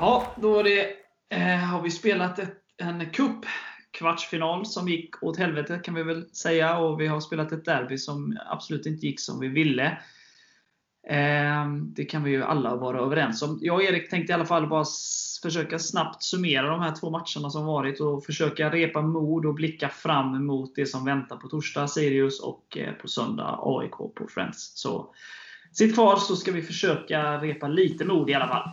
Ja, då är det, har vi spelat en cup-kvartsfinal som gick åt helvete kan vi väl säga. Och vi har spelat ett derby som absolut inte gick som vi ville. Det kan vi ju alla vara överens om. Jag och Erik tänkte i alla fall bara försöka snabbt summera de här 2 matcherna som varit. Och försöka repa mod och blicka fram emot det som väntar på torsdag, Sirius, och på söndag, AIK på Friends. Så sitt kvar så ska vi försöka repa lite mod i alla fall.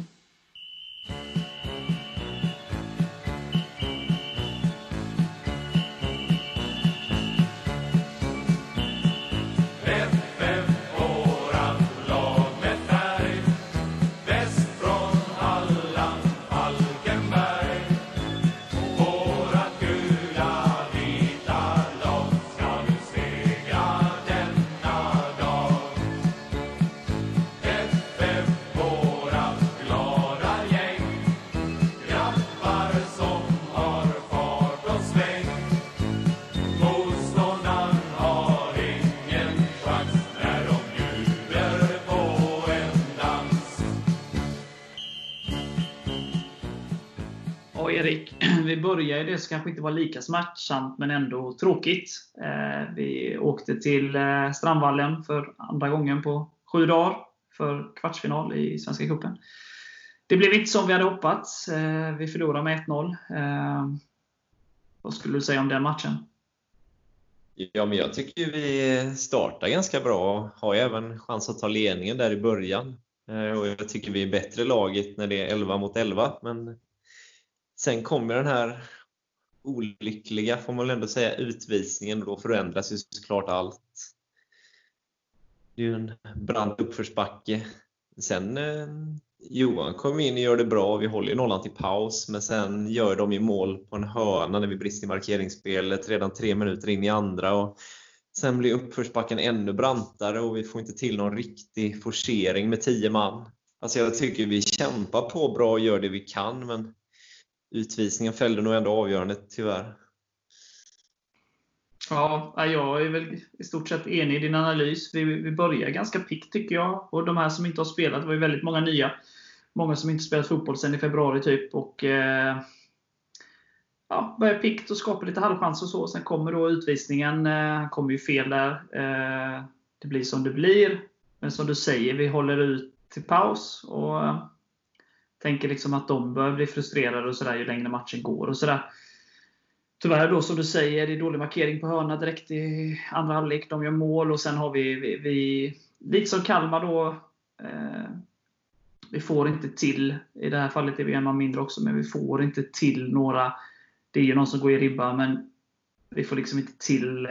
Erik, vi börjar i det som kanske inte var lika smärtsamt men ändå tråkigt. Vi åkte till Strandvallen för andra gången på 7 dagar för kvartsfinal i Svenska cupen. Det blev inte som vi hade hoppats. Vi förlorade med 1-0. Vad skulle du säga om den matchen? Ja, men jag tycker vi startar ganska bra. Har även chans att ta ledningen där i början. Och jag tycker vi är bättre laget när det är 11 mot 11. Men sen kommer den här olyckliga, får man väl ändå säga, utvisningen. Och då förändras ju såklart allt. Det är ju en brant uppförsbacke. Sen Johan kommer in och gör det bra. Vi håller ju nollan till paus. Men sen gör de ju mål på en hörna när vi brister i markeringsspelet. Redan 3 minuter in i andra. Och sen blir uppförsbacken ännu brantare. Och vi får inte till någon riktig forcering med 10 man. Alltså jag tycker vi kämpar på bra och gör det vi kan. Men utvisningen fällde nog ändå avgörande tyvärr. Ja, jag är väl i stort sett enig i din analys. Vi börjar ganska pick tycker jag. Och de här som inte har spelat, det var ju väldigt många nya. Många som inte spelat fotboll sedan i februari typ. Och börjar pick och skapar lite halvchans och så. Sen kommer då utvisningen. Han kommer ju fel där. Det blir som det blir. Men som du säger, vi håller ut till paus. Och tänker liksom att de börjar bli frustrerade och sådär ju längre matchen går och sådär. Tyvärr då, som du säger, det är dålig markering på hörna direkt i andra halvlek. De gör mål och sen har vi lite som Kalmar då, vi får inte till, i det här fallet är vi en man mindre också, men vi får inte till några, det är ju någon som går i ribba, men vi får liksom inte till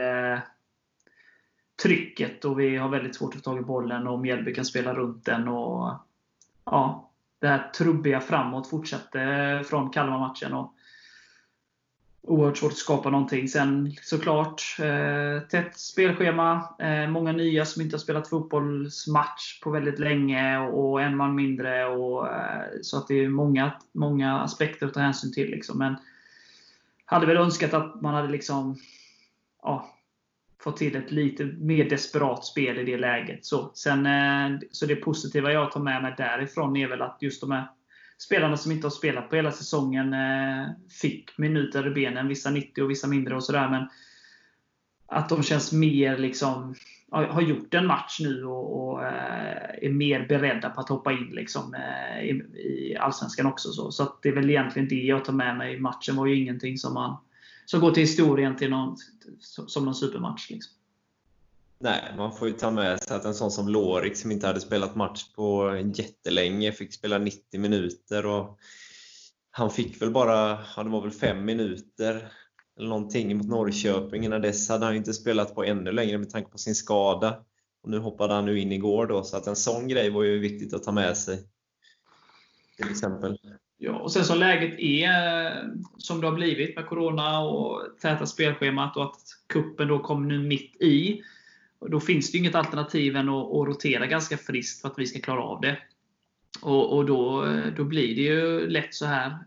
trycket och vi har väldigt svårt att få tag i bollen och Mjällby kan spela runt den och ja, det här trubbiga framåt fortsätter från Kalmar-matchen och oerhört svårt att skapa någonting. Sen såklart tätt spelschema, många nya som inte har spelat fotbollsmatch på väldigt länge och en man mindre och så att det är många aspekter att ta hänsyn till liksom. Men hade väl önskat att man hade liksom fått till ett lite mer desperat spel i det läget. Så det positiva jag tar med mig därifrån är väl att just de här spelarna som inte har spelat på hela säsongen fick minuter i benen, vissa 90 och vissa mindre och sådär, men att de känns mer liksom, har gjort en match nu och är mer beredda på att hoppa in liksom, i Allsvenskan också. Så att det är väl egentligen det jag tar med mig. Matchen var ju ingenting som går till historien till som någon supermatch liksom. Nej, man får ju ta med sig att en sån som Lorik som inte hade spelat match på jättelänge fick spela 90 minuter och han fick väl bara, det var väl 5 minuter eller någonting mot Norrköping. Innan dess hade han inte spelat på ännu längre med tanke på sin skada. Och nu hoppade han nu in igår då, så att en sån grej var ju viktigt att ta med sig. Till exempel. Ja, och sen så läget är som det har blivit med corona och täta spelschemat och att kuppen då kom nu mitt i. Och då finns det ju inget alternativ än att rotera ganska friskt för att vi ska klara av det. Och då blir det ju lätt så här.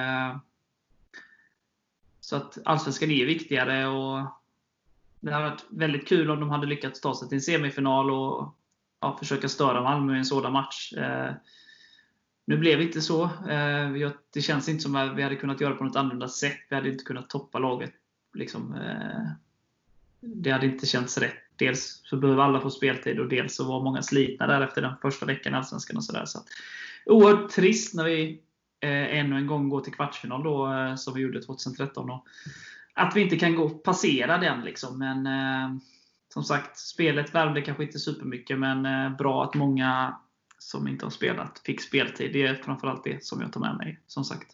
Så att Allsvenskan är viktigare och det har varit väldigt kul om de hade lyckats ta sig till en semifinal och försöka störa Malmö i en sådan match. Nu blev det inte så. Det känns inte som att vi hade kunnat göra på något annorlunda sätt. Vi hade inte kunnat toppa laget. Liksom, det hade inte känts rätt. Dels så behöver alla få speltid och dels så var många slitna där efter den första veckan i Allsvenskan och sådär. Så oerhört trist när vi ännu en gång går till kvartsfinal då, som vi gjorde 2013. Och att vi inte kan passera den liksom. Men som sagt, spelet värmde kanske inte supermycket, men bra att många som inte har spelat fick speltid. Det är framförallt det som jag tar med mig, som sagt.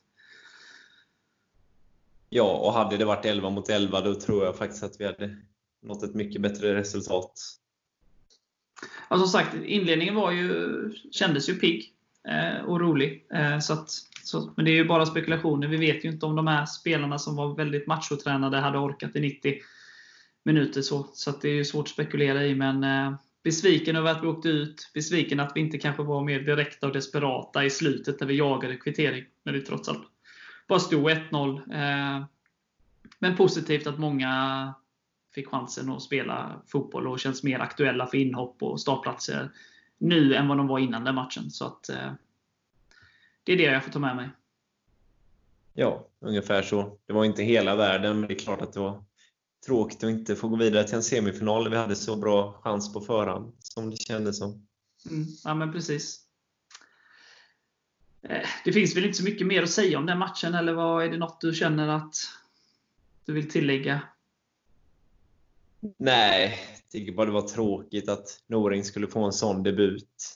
Ja, och hade det varit 11 mot 11, då tror jag faktiskt att vi hade nått ett mycket bättre resultat. Ja, som sagt, inledningen kändes ju pigg och rolig. Men det är ju bara spekulationer. Vi vet ju inte om de här spelarna som var väldigt machotränade hade orkat i 90 minuter. Så att det är ju svårt att spekulera i. Men besviken över att vi åkte ut. Besviken att vi inte kanske var mer direkta och desperata i slutet när vi jagade kvittering. När det trots allt bara stod 1-0. Men positivt att många fick chansen att spela fotboll och känns mer aktuella för inhopp och startplatser nu än vad de var innan den matchen. Så att det är det jag får ta med mig. Ja, ungefär så. Det var inte hela världen, men det är klart att det var tråkigt att inte få gå vidare till en semifinal. Vi hade så bra chans på förhand som det kändes som. Ja, men precis. Det finns väl inte så mycket mer att säga om den matchen, eller vad är det något du känner att du vill tillägga? Nej, jag tycker bara det var tråkigt att Noring skulle få en sån debut.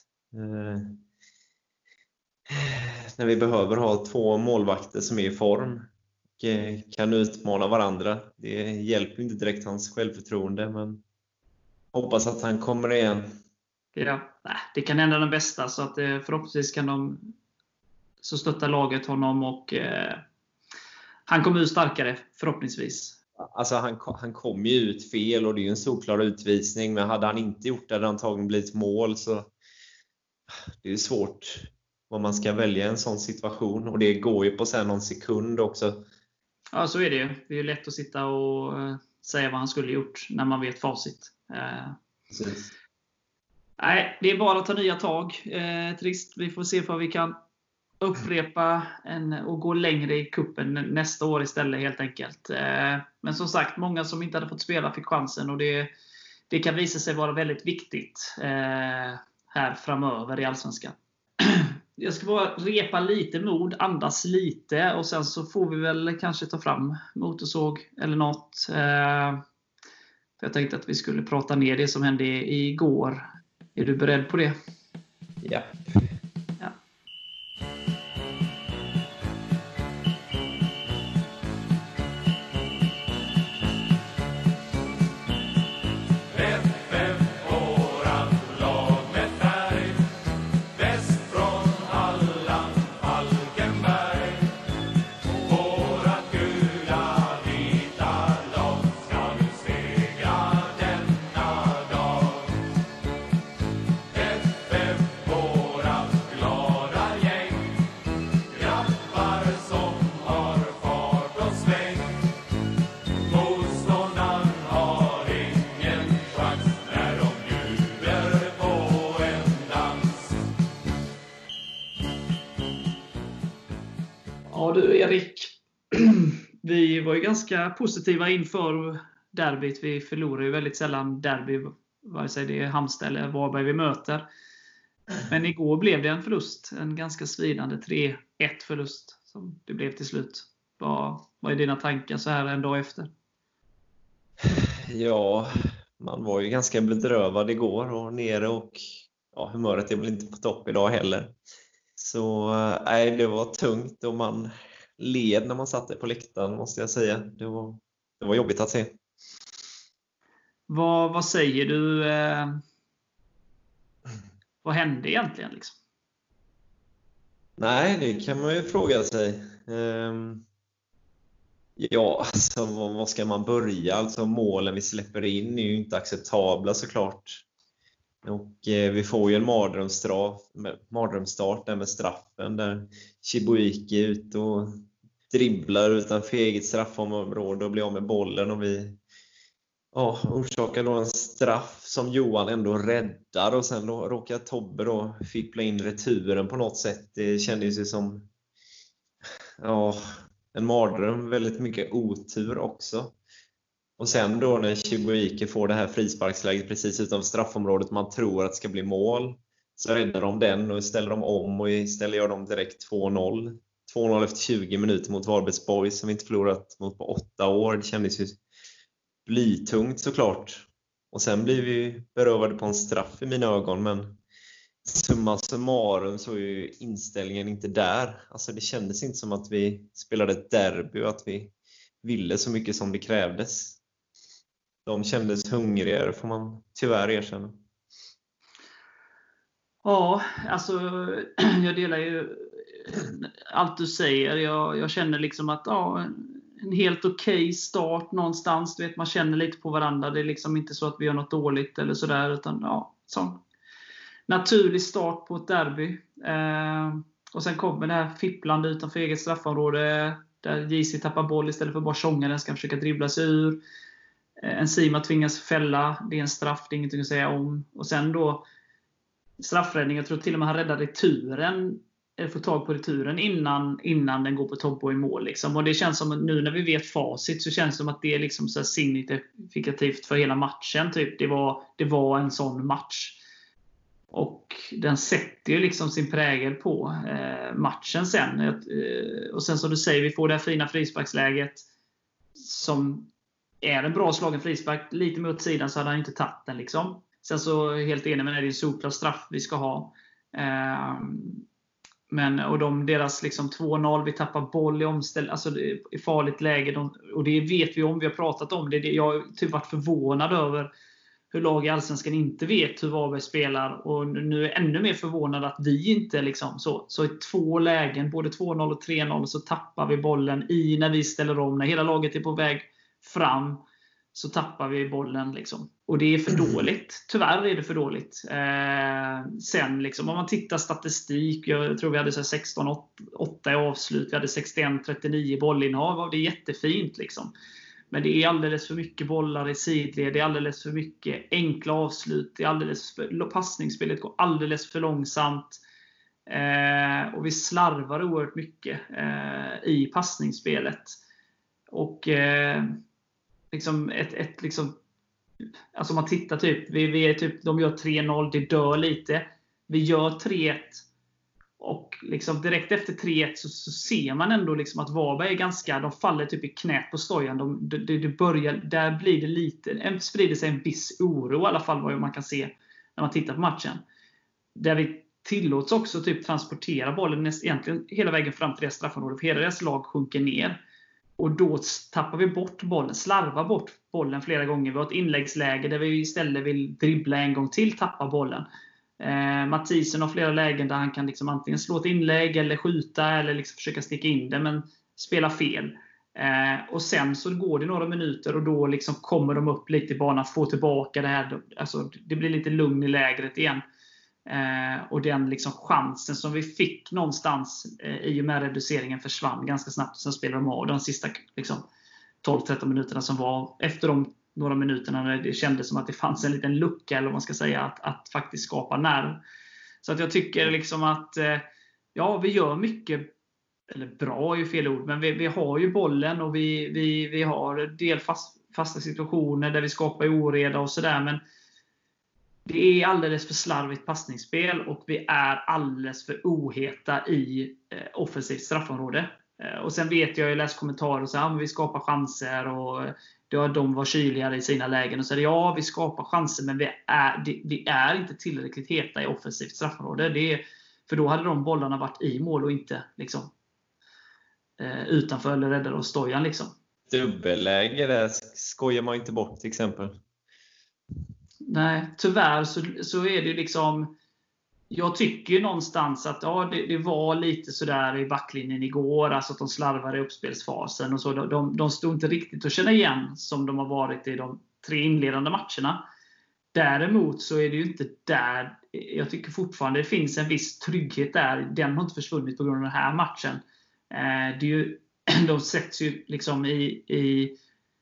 När vi behöver ha 2 målvakter som är i form och kan utmana varandra. Det hjälper inte direkt hans självförtroende, men hoppas att han kommer igen. Ja, det kan ändra den bästa, så att förhoppningsvis kan de så stötta laget honom och han kommer ut starkare, förhoppningsvis. Alltså han kom ju ut fel och det är ju en solklar utvisning, men hade han inte gjort det hade han antagligen blivit mål, så det är svårt vad man ska välja i en sån situation, och det går ju på sen någon sekund också. Ja, så är det ju. Det är ju lätt att sitta och säga vad han skulle gjort när man vet facit. Precis. Nej, det är bara att ta nya tag. Trist. Vi får se vad vi kan upprepa och gå längre i kuppen nästa år istället, helt enkelt. Men som sagt, många som inte hade fått spela fick chansen, och det kan visa sig vara väldigt viktigt här framöver i Allsvenskan. Jag ska bara repa lite mod, andas lite, och sen så får vi väl kanske ta fram motorsåg eller något. För jag tänkte att vi skulle prata ner det som hände igår. Är du beredd på det? Ja. Ja du Erik, vi var ju ganska positiva inför derbyt. Vi förlorar ju väldigt sällan derby, vare sig det är Halmstad eller Varberg vi möter. Men igår blev det en förlust, en ganska svidande 3-1 förlust som det blev till slut. Vad är dina tankar så här en dag efter? Ja, man var ju ganska bedrövad igår och nere, och humöret är väl inte på topp idag heller. Så nej, det var tungt och man led när man satt där på läktaren, måste jag säga. Det var jobbigt att se. Vad säger du? Vad hände egentligen liksom? Nej, det kan man ju fråga sig. Alltså vad ska man börja? Alltså målen vi släpper in är ju inte acceptabla såklart. Och vi får ju en mardrömsstart där med straffen, där Chibuiki är ute och dribblar utanför eget straffområde och blir av med bollen, och vi orsakar då en straff som Johan ändå räddar, och sen då råkar Tobbe då fippla in returen på något sätt. Det kändes ju som en mardröm, väldigt mycket otur också. Och sen då när Chibuike får det här frisparksläget precis utanför straffområdet, man tror att det ska bli mål, så räddar de den och ställer de om, och istället gör de direkt 2-0. 2-0 efter 20 minuter mot Varbergs Boys som vi inte förlorat mot på 8 år. Det kändes ju blytungt såklart. Och sen blir vi berövade på en straff i mina ögon, men summa summarum så är ju inställningen inte där. Alltså det kändes inte som att vi spelade ett derby och att vi ville så mycket som det krävdes. De kändes hungrigare, får man tyvärr erkänna. Ja, alltså jag delar ju allt du säger. Jag känner liksom att en helt okej start någonstans. Du vet, man känner lite på varandra. Det är liksom inte så att vi gör något dåligt eller sådär, utan sån naturlig start på ett derby. Och sen kommer det här fipplande utanför eget straffområde där JC tappar boll istället för bara tjonga den, ska försöka dribbla sig ur. Enzima tvingas fälla. Det är en straff, det är ingenting att säga om. Och sen då straffräddning, jag tror till och med han räddar returen, eller får tag på returen innan den går på Tobbe i mål liksom. Och det känns som att nu när vi vet facit så känns det som att det är liksom så signifikativt för hela matchen typ. Det var en sån match. Och den sätter ju liksom sin prägel på matchen sen. Och sen som du säger, vi får det här fina frisparksläget som är en bra slagen frispark. Lite mot sidan så hade han inte tagit den liksom. Sen så helt enig med det är en solklar straff vi ska ha. Och deras liksom 2-0, vi tappar boll i omställning, alltså i farligt läge. Och det vet vi om, vi har pratat om det. Jag har typ varit förvånad över hur lag i Allsvenskan inte vet hur Varberg spelar. Och nu är jag ännu mer förvånad att vi inte liksom så i 2 lägen, både 2-0 och 3-0, så tappar vi bollen när vi ställer om. När hela laget är på väg fram så tappar vi bollen liksom. Och det är för dåligt. Tyvärr är det för dåligt. Sen liksom, om man tittar statistik, jag tror vi hade 16-8 i avslut, vi hade 61-39 bollinnehav. Det är jättefint liksom. Men det är alldeles för mycket bollar i sidled, det är alldeles för mycket enkla avslut, det är alldeles för, passningsspelet går alldeles för långsamt. Och vi slarvar oerhört mycket i passningsspelet. Och liksom liksom, alltså man tittar typ, vi är typ, de gör 3-0, det dör lite. Vi gör 3-1 och liksom direkt efter 3-1 så ser man ändå liksom att Varberg är ganska, de faller typ i knät på Stojan. Det börjar, där blir det lite, sprider sig en viss oro i alla fall, vad man kan se när man tittar på matchen. Där vi tillåts också typ transportera bollen egentligen hela vägen fram till det straffområdet, för hela deras lag sjunker ner. Och då tappar vi bort bollen, slarvar bort bollen flera gånger. Vi har ett inläggsläge där vi istället vill dribbla en gång till, tappa bollen. Mathisen har flera lägen där han kan liksom antingen slå ett inlägg eller skjuta eller liksom försöka sticka in det, men spela fel. Och sen så går det några minuter och då liksom kommer de upp lite i banan, får tillbaka det här. Alltså, det blir lite lugn i lägret igen. Och den liksom chansen som vi fick någonstans i och med reduceringen försvann ganska snabbt. Sen spelade de av de sista liksom 12-13 minuterna som var efter de några minuterna när det kändes som att det fanns en liten lucka, eller vad man ska säga, att faktiskt skapa nerv. Så att jag tycker liksom att vi gör mycket, eller bra är ju fel ord, men vi har ju bollen och vi har del fasta situationer där vi skapar oreda och sådär, men det är alldeles för slarvigt passningsspel och vi är alldeles för oheta i offensivt straffområde. Och sen vet jag läst kommentarer och så här, vi skapar chanser och de var kyligare i sina lägen och så vi skapar chanser, men vi är inte tillräckligt heta i offensivt straffområde. För då hade de bollarna varit i mål och inte liksom utanför eller räddade av Stojan liksom. Dubbelläge där skojar man inte bort till exempel. Nej, tyvärr så är det liksom, jag tycker ju någonstans att det var lite sådär i backlinjen igår, alltså att de slarvade i uppspelsfasen och så. De stod inte riktigt att känna igen som de har varit i de 3 inledande matcherna. Däremot så är det ju inte där, jag tycker fortfarande det finns en viss trygghet där. Den har inte försvunnit på grund av den här matchen. Det är ju, de sätts ju liksom i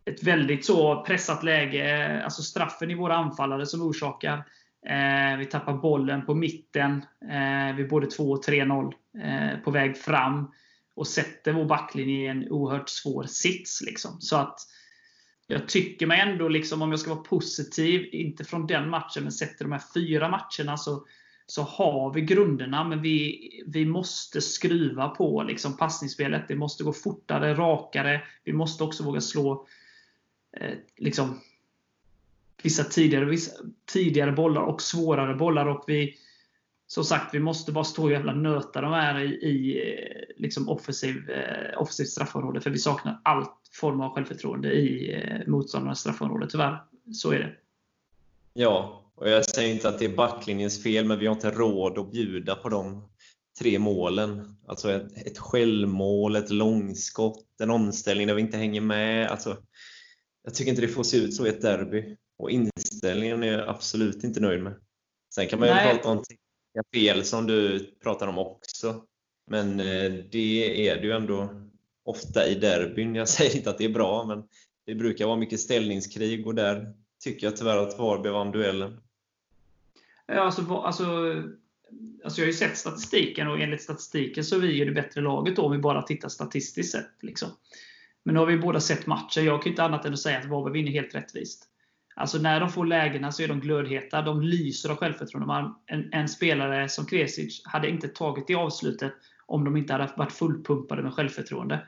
ett väldigt så pressat läge. Alltså straffen i våra anfallare som orsakar. Vi tappar bollen på mitten. Vi både 2 och 3-0 på väg fram. Och sätter vår backlinje i en oerhört svår sits. Liksom. Så att jag tycker mig ändå, liksom, om jag ska vara positiv, inte från den matchen, men sätter de här 4 matcherna så har vi grunderna, men vi måste skruva på liksom passningsspelet. Det måste gå fortare, rakare. Vi måste också våga slå liksom vissa tidigare bollar och svårare bollar. Och som sagt, vi måste bara stå och jävla nöta de här i liksom offensiv straffområde. För vi saknar all form av självförtroende i motståndarnas straffområde. Tyvärr, så är det. Ja, och jag säger inte att det är backlinjens fel, men vi har inte råd att bjuda på de 3 målen. Alltså ett självmål, ett långskott, en omställning där vi inte hänger med. Alltså, jag tycker inte det får se ut så i ett derby. Och inställningen är jag absolut inte nöjd med. Sen kan man ju prata om fel som du pratar om också. Men det är det ju ändå ofta i derbyn. Jag säger inte att det är bra, men det brukar vara mycket ställningskrig. Och där tycker jag tyvärr att Varberg vann duellen. Ja, alltså jag har ju sett statistiken, och enligt statistiken så är vi ju det bättre laget då, om vi bara tittar statistiskt sett. Liksom. Men nu har vi båda sett matchen. Jag kan inte annat än att säga att Varberg vinner helt rättvist. Alltså när de får lägena så är de glödheta. De lyser av självförtroende. En spelare som Kresic hade inte tagit det avslutet om de inte hade varit fullpumpade med självförtroende.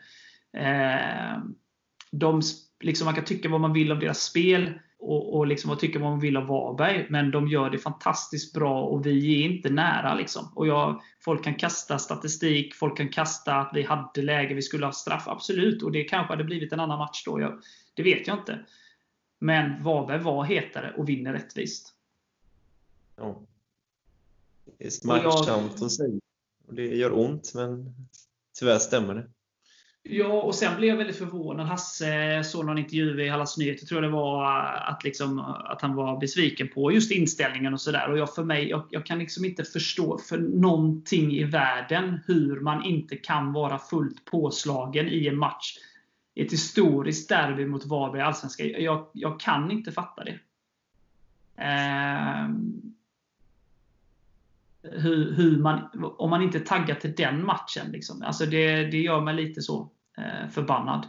Liksom, man kan tycka vad man vill om deras spel och liksom tycka vad man vill av Varberg, men de gör det fantastiskt bra och vi är inte nära. Liksom. Och folk kan kasta statistik, folk kan kasta att vi hade läge, vi skulle ha straff, absolut. Och det kanske hade blivit en annan match då. Det vet jag inte. Men Varberg var hetare och vinner rättvist. Ja. Det är smärtsamt att säga. Och det gör ont, men tyvärr stämmer det. Ja, och sen blev jag väldigt förvånad. Hasse såg någon intervju i Hallands Nyheter, tror jag det var, att han var besviken på just inställningen och sådär. Och jag kan liksom inte förstå för någonting i världen hur man inte kan vara fullt påslagen i en match. Ett historiskt derby mot Varberg allsvenska. Jag kan inte fatta det. Om man inte taggar till den matchen. Liksom. Alltså det gör mig lite så förbannad.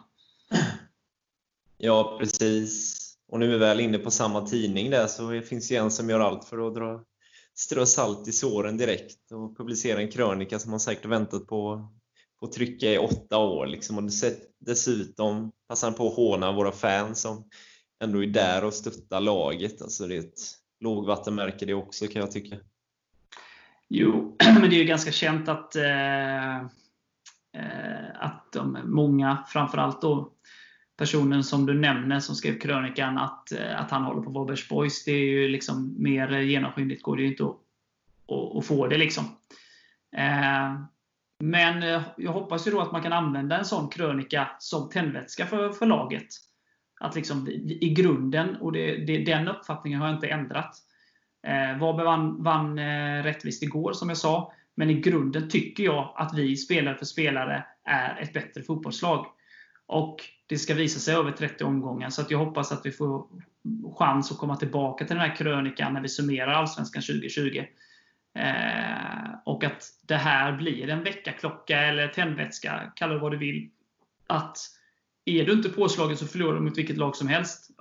Ja, precis. Och nu är vi väl inne på samma tidning där, så finns ju en som gör allt för att strö salt i såren direkt och publicera en krönika som man säkert väntat på att trycka i 8 år. Liksom. Och dessutom passar han på att håna våra fans som ändå är där och stöttar laget. Alltså det är ett lågvattenmärke det också, kan jag tycka. Jo, men det är ju ganska känt att många, framförallt då personen som du nämner som skrev krönikan, att han håller på Varbergs Boys, det är ju liksom mer genomskinligt, går det ju inte att få det liksom. Men jag hoppas ju då att man kan använda en sån krönika som tändvätska för laget. Att liksom i grunden, och den uppfattningen har jag inte ändrat. Varberg vann rättvist igår, som jag sa. Men i grunden tycker jag att vi spelare för spelare är ett bättre fotbollslag. Och det ska visa sig över 30 omgångar. Så att jag hoppas att vi får chans att komma tillbaka till den här krönikan när vi summerar Allsvenskan 2020. Och att det här blir en väckarklocka eller tändvätska, kalla det vad du vill. Att är du inte påslagen så förlorar du mot vilket lag som helst.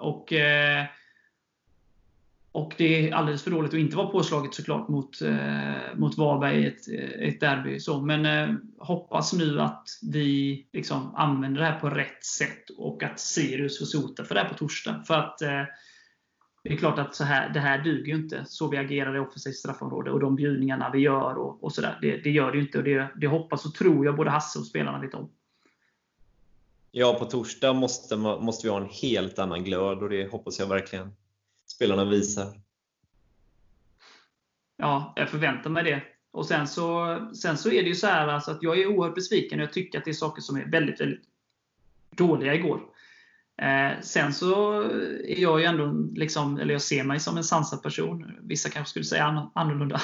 Och det är alldeles för dåligt att inte vara påslaget såklart mot Varberg i ett derby. Så. Men hoppas nu att vi liksom använder det här på rätt sätt och att Sirius får sota för det här på torsdag. För att det är klart att det här duger ju inte. Så vi agerar i offensivt straffområde och de bjudningarna vi gör och sådär. Det gör det ju inte. Och det hoppas och tror jag både Hasse och spelarna vet om. Ja, på torsdag måste vi ha en helt annan glöd, och det hoppas jag verkligen spelarna visar. Ja, jag förväntar mig det. Och sen så är det ju så här alltså, att jag är oerhört besviken och jag tycker att det är saker som är väldigt, väldigt dåliga igår. Sen så är jag ju ändå liksom, eller jag ser mig som en sansad person. Vissa kanske skulle säga annorlunda.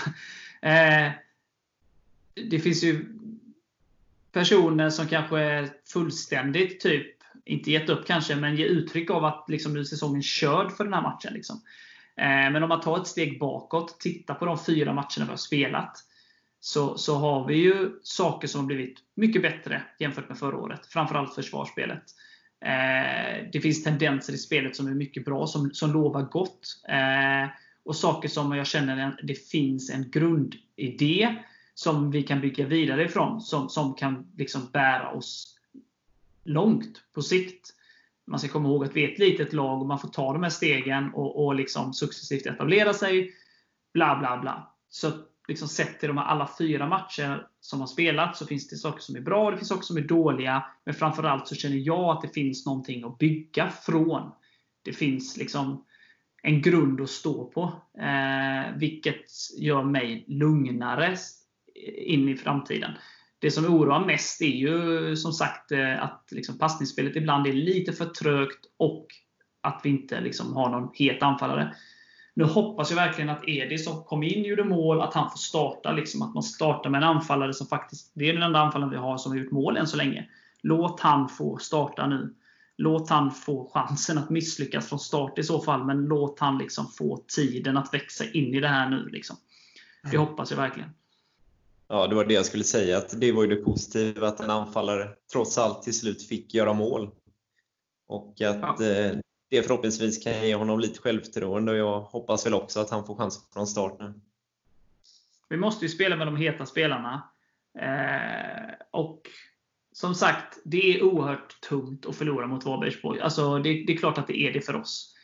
Det finns ju personer som kanske är fullständigt typ inte gett upp kanske, men ge uttryck av att liksom, nu är säsongen körd för den här matchen. Liksom. Men om man tar ett steg bakåt, titta på de 4 matcherna vi har spelat, så har vi ju saker som har blivit mycket bättre jämfört med förra året. Framförallt försvarsspelet. Det finns tendenser i spelet som är mycket bra, som lovar gott. Och saker som jag känner det finns en grundidé som vi kan bygga vidare ifrån, som kan liksom bära oss långt på sikt. Man ska komma ihåg att vi är ett litet lag och man får ta de här stegen och liksom successivt etablera sig, bla bla bla. Så liksom sett till de här alla 4 matcher som har spelat, så finns det saker som är bra och det finns saker som är dåliga. Men framförallt så känner jag att det finns någonting att bygga från. Det finns liksom en grund att stå på, vilket gör mig lugnare in i framtiden. Det som oroar mest är ju som sagt att liksom passningsspelet ibland är lite för trögt och att vi inte liksom har någon het anfallare. Nu hoppas jag verkligen att Edi som kom in och gjorde mål, att han får starta. Liksom, att man startar med en anfallare som faktiskt, det är den enda anfallaren vi har som har gjort mål än så länge. Låt han få starta nu. Låt han få chansen att misslyckas från start i så fall. Men låt han liksom få tiden att växa in i det här nu. Liksom. Det hoppas jag verkligen. Ja, det var det jag skulle säga. Att det var ju det positiva, att en anfallare trots allt till slut fick göra mål. Och att det förhoppningsvis kan ge honom lite självförtroende. Och jag hoppas väl också att han får chans från start nu. Vi måste ju spela med de heta spelarna. Och som sagt, det är oerhört tungt att förlora mot Varbergsborg. Alltså, det är klart att det är det för oss.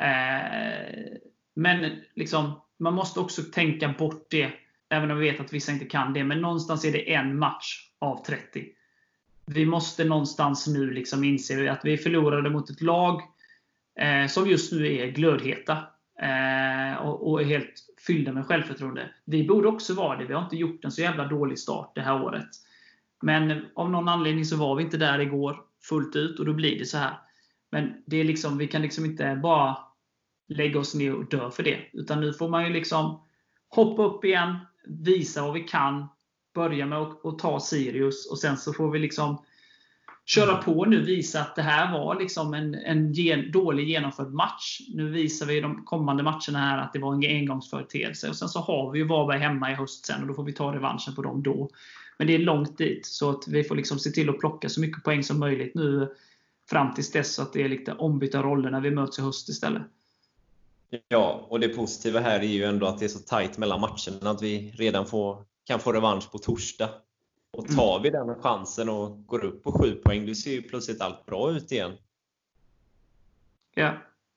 Men liksom, man måste också tänka bort det. Även om vi vet att vissa inte kan det. Men någonstans är det en match av 30. Vi måste någonstans nu liksom inse att vi förlorade mot ett lag som just nu är glödheta. Och är helt fyllda med självförtroende. Vi borde också vara det. Vi har inte gjort en så jävla dålig start det här året. Men av någon anledning så var vi inte där igår fullt ut. Och då blir det så här. Men det är liksom, vi kan liksom inte bara lägga oss ner och dö för det. Utan nu får man ju liksom hoppa upp igen. Visa vad vi kan. Börja med att ta Sirius. Och sen så får vi liksom köra på nu. Visa att det här var liksom en dålig genomförd match. Nu visar vi de kommande matcherna här att det var en engångsföreteelse. Och sen så har vi ju Varberg hemma i höst sen. Och då får vi ta revanschen på dem då. Men det är långt dit. Så att vi får liksom se till att plocka så mycket poäng som möjligt nu. Fram tills dess, så att det är lite ombytta roller när vi möts i höst istället. Ja, och det positiva här är ju ändå att det är så tajt mellan matcherna. Att vi redan kan få revansch på torsdag. Och tar vi den chansen och går upp på 7 poäng, då ser ju plötsligt allt bra ut igen. Ja.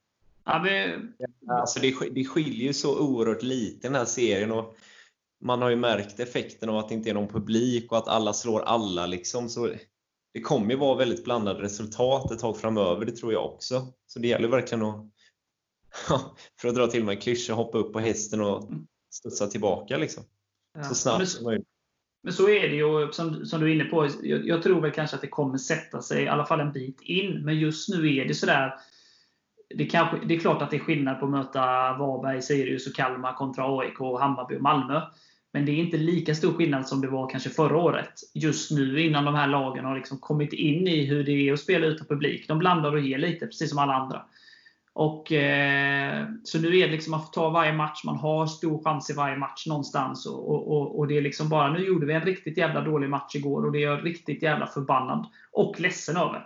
Alltså det skiljer ju så oerhört lite den här serien. Och man har ju märkt effekten av att det inte är någon publik och att alla slår alla. Liksom. Så det kommer ju vara väldigt blandade resultat ett tag framöver, det tror jag också. Så det gäller verkligen att, för att dra till med en klyscha, hoppa upp på hästen och studsa tillbaka. Liksom. Ja. Så snabbt som möjligt. Men så är det ju, som du är inne på. Jag tror väl kanske att det kommer sätta sig i alla fall en bit in. Men just nu är det sådär. Det är klart att det är skillnad på att möta Varberg, Sirius och Kalmar kontra AIK, Hammarby och Malmö. Men det är inte lika stor skillnad som det var kanske förra året. Just nu innan de här lagen har liksom kommit in i hur det är att spela utan publik. De blandar och ger lite, precis som alla andra. Och så nu är det liksom att få ta varje match. Man har stor chans i varje match någonstans. Och det är liksom bara, nu gjorde vi en riktigt jävla dålig match igår. Och det är jag riktigt jävla förbannad och ledsen över.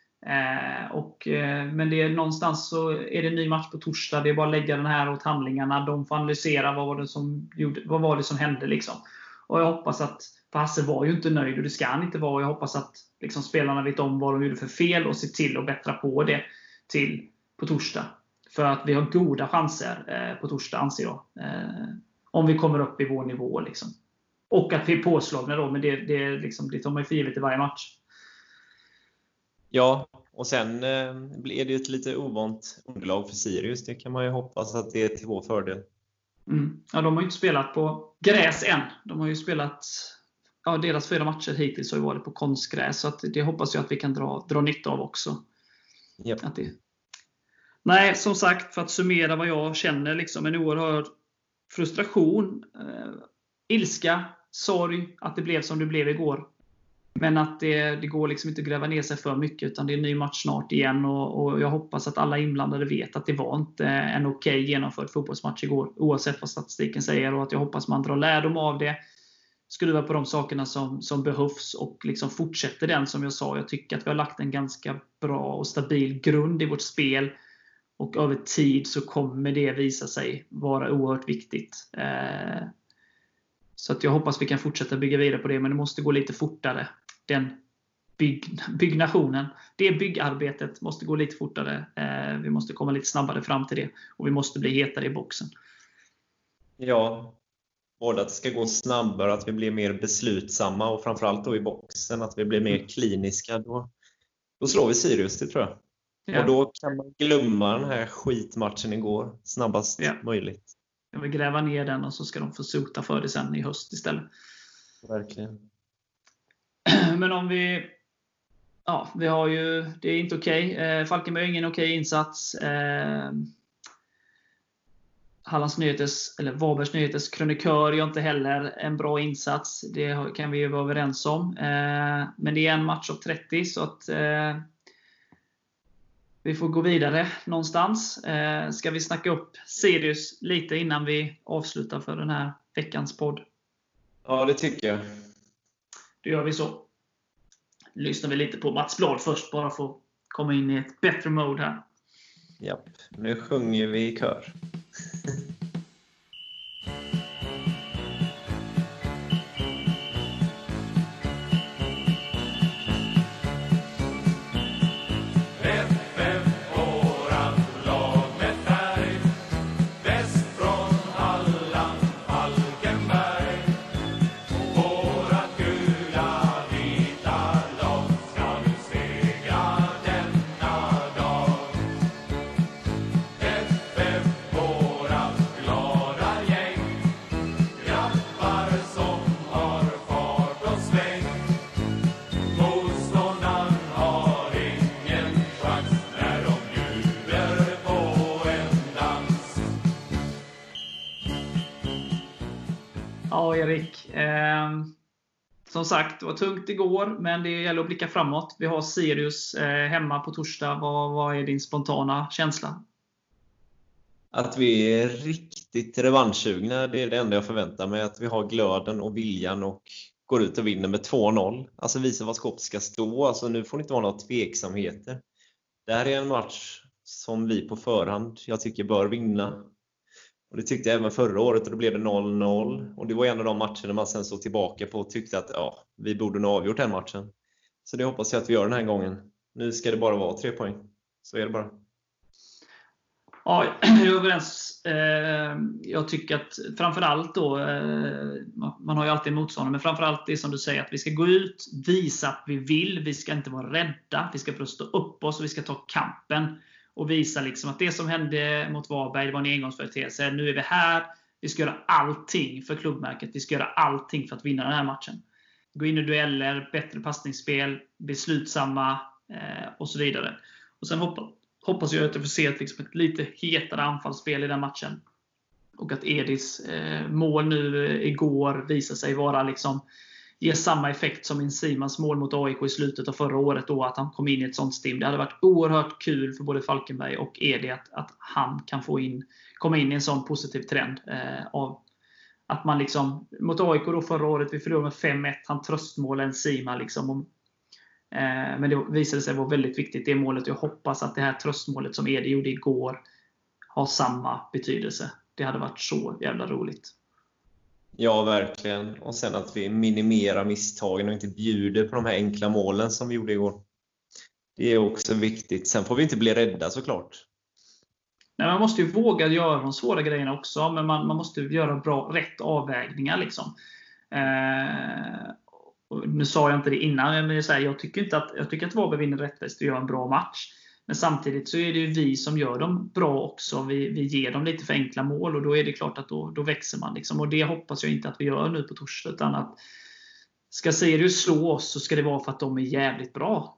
Men det är någonstans så är det en ny match på torsdag. Det är bara att lägga den här åt handlingarna. De får analysera vad var det som hände liksom. Och jag hoppas att Hasse var ju inte nöjd, och det ska han inte vara. Jag hoppas att liksom spelarna vet om vad de gjorde för fel och ser till att bättra på det till på torsdag. För att vi har goda chanser på torsdag, anser jag. Om vi kommer upp i vår nivå liksom. Och att vi är påslagna då. Men det tar man ju för givet i varje match. Ja, och sen blir det ju ett lite ovant underlag för Sirius. Det kan man ju hoppas att det är till vår fördel. Ja, de har ju inte spelat på gräs än. De har ju spelat, deras 4 matcher hittills har ju varit på konstgräs. Så att det hoppas jag att vi kan dra nytta av också. Yep. Nej, som sagt, för att summera vad jag känner, liksom en oerhörd frustration, ilska, sorg att det blev som det blev igår. Men att det går liksom inte att gräva ner sig för mycket, utan det är en ny match snart igen. Och jag hoppas att alla inblandade vet att det var inte en okej genomförd fotbollsmatch igår, oavsett vad statistiken säger. Och att jag hoppas man drar lärdom av det, skruvar på de sakerna som behövs och liksom fortsätter den, som jag sa. Jag tycker att vi har lagt en ganska bra och stabil grund i vårt spel. Och över tid så kommer det visa sig vara oerhört viktigt. Så att jag hoppas vi kan fortsätta bygga vidare på det, men det måste gå lite fortare. Den byggnationen, det byggarbetet måste gå lite fortare. Vi måste komma lite snabbare fram till det. Och vi måste bli hetare i boxen. Ja, både att det ska gå snabbare, att vi blir mer beslutsamma och framförallt då i boxen att vi blir mer kliniska. Då slår vi Sirius, det tror jag. Ja. Och då kan man glömma den här skitmatchen igår snabbast möjligt. Jag vill gräva ner den och så ska de få sota för det sen i höst istället. Verkligen. Men om vi har ju, det är inte okej. Falkenberg har ingen okej insats. Hallands Nyheters, eller Varbergs Nyheters krönikör gör inte heller en bra insats. Det kan vi ju vara överens om. Men det är en match av 30, så att vi får gå vidare någonstans. Ska vi snacka upp Sirius lite innan vi avslutar för den här veckans podd? Ja, det tycker jag. Då gör vi så. Lyssnar vi lite på Mats Blad först, bara för att komma in i ett bättre mode här. Japp, nu sjunger vi i kör. Ja, Erik. Som sagt, det var tungt igår, men det gäller att blicka framåt. Vi har Sirius hemma på torsdag. Vad är din spontana känsla? Att vi är riktigt revanschsugna, det är det enda jag förväntar mig. Att vi har glöden och viljan och går ut och vinner med 2-0. Alltså visa vad skåpet ska stå. Alltså nu får det inte vara några tveksamheter. Det här är en match som vi på förhand, jag tycker, bör vinna. Och det tyckte jag även förra året, och då blev det 0-0. Och det var en av de matcherna man sen såg tillbaka på och tyckte att vi borde nog avgjort den matchen. Så det hoppas jag att vi gör den här gången. Nu ska det bara vara 3 poäng. Så är det bara. Ja, jag är överens. Jag tycker att framförallt då, man har ju alltid motståndare, men framförallt det som du säger, att vi ska gå ut, visa att vi vill, vi ska inte vara rädda, vi ska rösta upp oss och vi ska ta kampen och visa liksom att det som hände mot Varberg, det var en engångsföreteelse. Nu är vi här, vi ska göra allting för klubbmärket, vi ska göra allting för att vinna den här matchen. Gå in i dueller, bättre passningsspel, beslutsamma och så vidare. Och sen hoppas jag att vi får se ett lite hetare anfallsspel i den matchen. Och att Edis mål nu igår visar sig vara liksom, ger samma effekt som Simans mål mot AIK i slutet av förra året, då att han kom in i ett sånt stim. Det hade varit oerhört kul för både Falkenberg och Edi att han kan komma in i en sån positiv trend av att man liksom, mot AIK då förra året, vi förlorade med 5-1, han tröstmålen Sima liksom. Men det visade sig vara väldigt viktigt, det målet. Jag hoppas att det här tröstmålet som Edi gjorde igår har samma betydelse. Det hade varit så jävla roligt. Ja, verkligen. Och sen att vi minimerar misstagen och inte bjuder på de här enkla målen som vi gjorde igår. Det är också viktigt. Sen får vi inte bli rädda såklart. Nej, man måste ju våga göra de svåra grejerna också, men man måste göra rätt avvägningar liksom. Och nu sa jag inte det innan, men jag tycker att Varberg vinner rättvist och gör en bra match. Men samtidigt så är det ju vi som gör dem bra också. Vi ger dem lite för enkla mål, och då är det klart att då växer man liksom. Och det hoppas jag inte att vi gör nu på torsdag, utan att ska Sirius slå oss så ska det vara för att de är jävligt bra.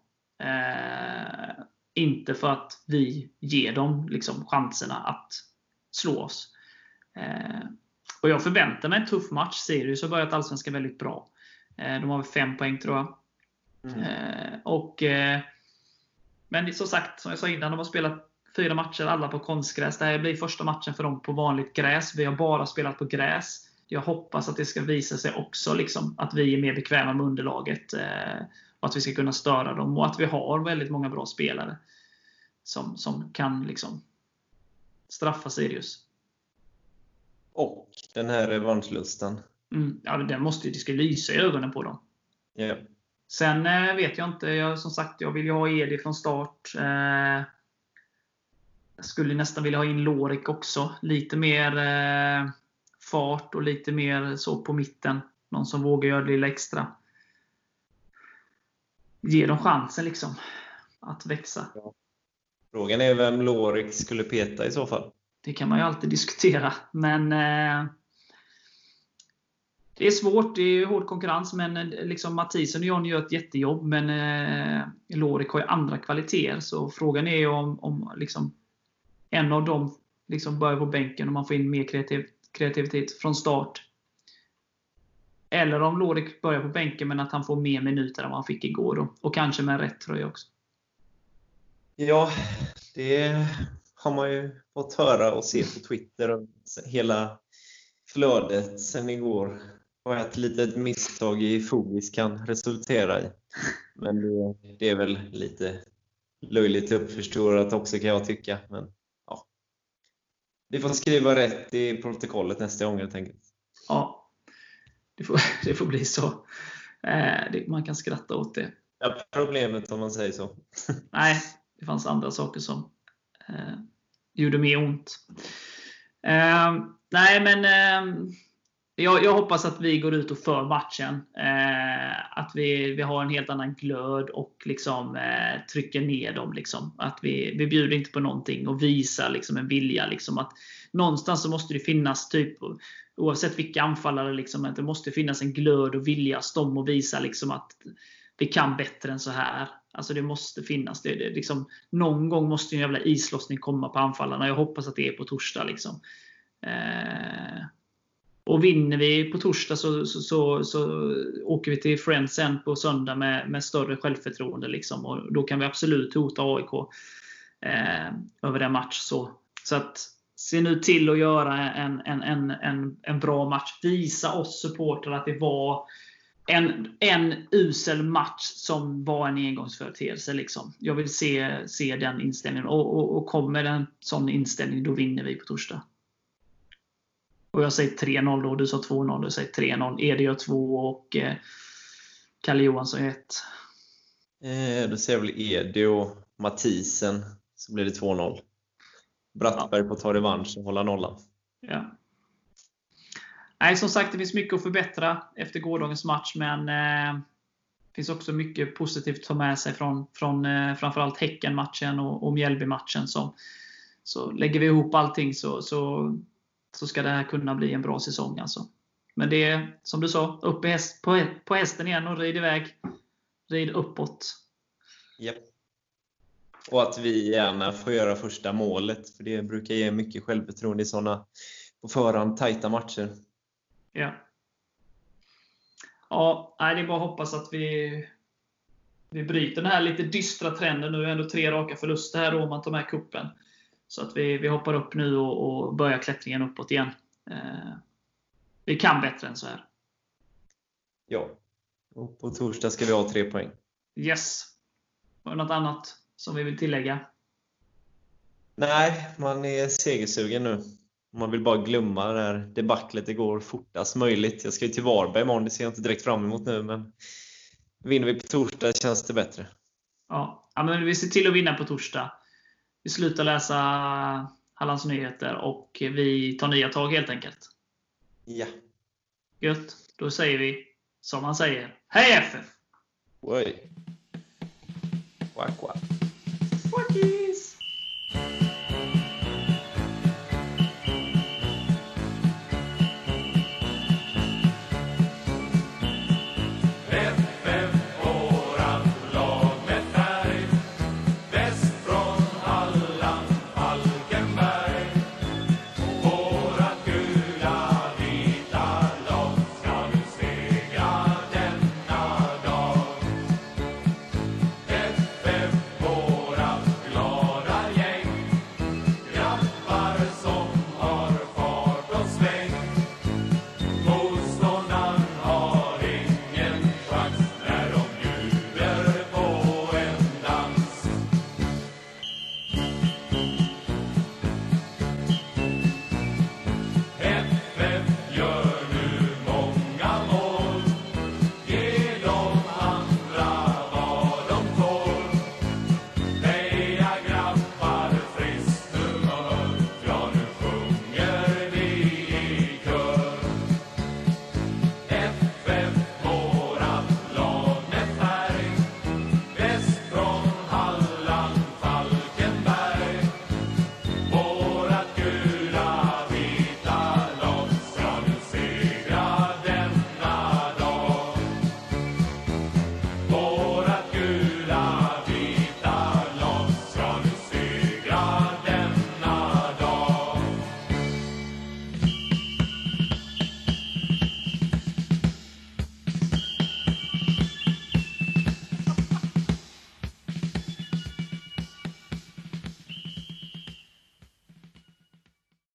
Inte för att vi ger dem liksom chanserna att slå oss. Och jag förväntar mig en tuff match. Sirius har börjat allsvenskan väldigt bra. De har 5 poäng tror jag. Men som sagt, som jag sa innan, de har spelat 4 matcher, alla på konstgräs. Det här blir första matchen för dem på vanligt gräs. Vi har bara spelat på gräs. Jag hoppas att det ska visa sig också liksom, att vi är mer bekväma med underlaget. Och att vi ska kunna störa dem. Och att vi har väldigt många bra spelare som kan liksom straffa Sirius. Och den här revanschlusten. Ja, det ska lysa i ögonen på dem. Yeah. Sen vet jag inte. Som sagt, jag vill ju ha Edi från start. Jag skulle nästan vilja ha in Lorik också. Lite mer fart och lite mer så på mitten. Någon som vågar göra det lilla extra. Ge dem chansen liksom att växa. Ja. Frågan är vem Lorik skulle peta i så fall. Det kan man ju alltid diskutera. Men det är svårt. Det är hård konkurrens. Men liksom Mathisen och John gör ett jättejobb. Men Lorik har ju andra kvaliteter. Så frågan är ju om liksom en av dem liksom börjar på bänken och man får in mer kreativitet från start. Eller om Lorik börjar på bänken men att han får mer minuter än vad han fick igår. Då. Och kanske med rätt tröja också. Ja, det har man ju fått höra och se på Twitter. Och hela flödet sen igår. Och ett litet misstag i Fogis kan resultera i. Men det är väl lite löjligt uppförstorat också, kan jag tycka. Men ja, vi får skriva rätt i protokollet nästa gång, helt enkelt. Ja, det får bli så. Man kan skratta åt det. Ja, problemet om man säger så. Nej, det fanns andra saker som gjorde mer ont. Nej, men jag hoppas att vi går ut och för matchen. Att vi har en helt annan glöd och liksom trycker ner dem. Liksom. Att vi bjuder inte på någonting och visar liksom en vilja. Liksom, att någonstans så måste det finnas, typ, oavsett vilka anfallare, liksom, att det måste finnas en glöd och vilja hos dem och visa liksom, att vi kan bättre än så här. Alltså det måste finnas. Det liksom, någon gång måste en jävla islossning komma på anfallarna. Jag hoppas att det är på torsdag. Liksom. Och vinner vi på torsdag så åker vi till Friends sen på söndag med större självförtroende. Liksom. Och då kan vi absolut hota AIK över den match. Så att se nu till att göra en bra match. Visa oss supportrar att det var en usel match som var en engångsföreteelse. Liksom. Jag vill se den inställningen. Och kommer en sån inställning, då vinner vi på torsdag. Och jag säger 3-0 då. Du sa 2-0. Du säger 3-0. Edi gör 2 och Kalle Johansson 1. Då säger jag väl Edi och Mathisen. Så blir det 2-0. Brattberg på att ta revansch och hålla nollan. Ja. Nej, som sagt, det finns mycket att förbättra efter gårdagens match. Men det finns också mycket positivt att ta med sig från framförallt Häcken-matchen och Mjällby-matchen. Så lägger vi ihop allting så ska det här kunna bli en bra säsong. Alltså. Men det är, som du sa, upp på hästen igen och rid iväg. Rid uppåt. Yep. Och att vi gärna får göra första målet. För det brukar ge mycket självförtroende i sådana på förhand tajta matcher. Ja. Ja, det är bara att hoppas att vi bryter den här lite dystra trenden. Nu är ändå 3 raka förluster här då, om man tar med kuppen. Så att vi hoppar upp nu och börjar klättringen uppåt igen. Vi kan bättre än så här. Ja. Och på torsdag ska vi ha 3 poäng. Yes. Var det något annat som vi vill tillägga? Nej, man är segersugen nu. Man vill bara glömma det här debaclet igår fortast möjligt. Jag ska ju till Varberg imorgon, det ser jag inte direkt fram emot nu. Men vinner vi på torsdag känns det bättre. Ja, men vi ser till att vinna på torsdag. Vi slutar läsa Hallands Nyheter och vi tar nya tag helt enkelt. Ja. Gött, då säger vi som man säger. Hej FF! Oj. Quack, quack.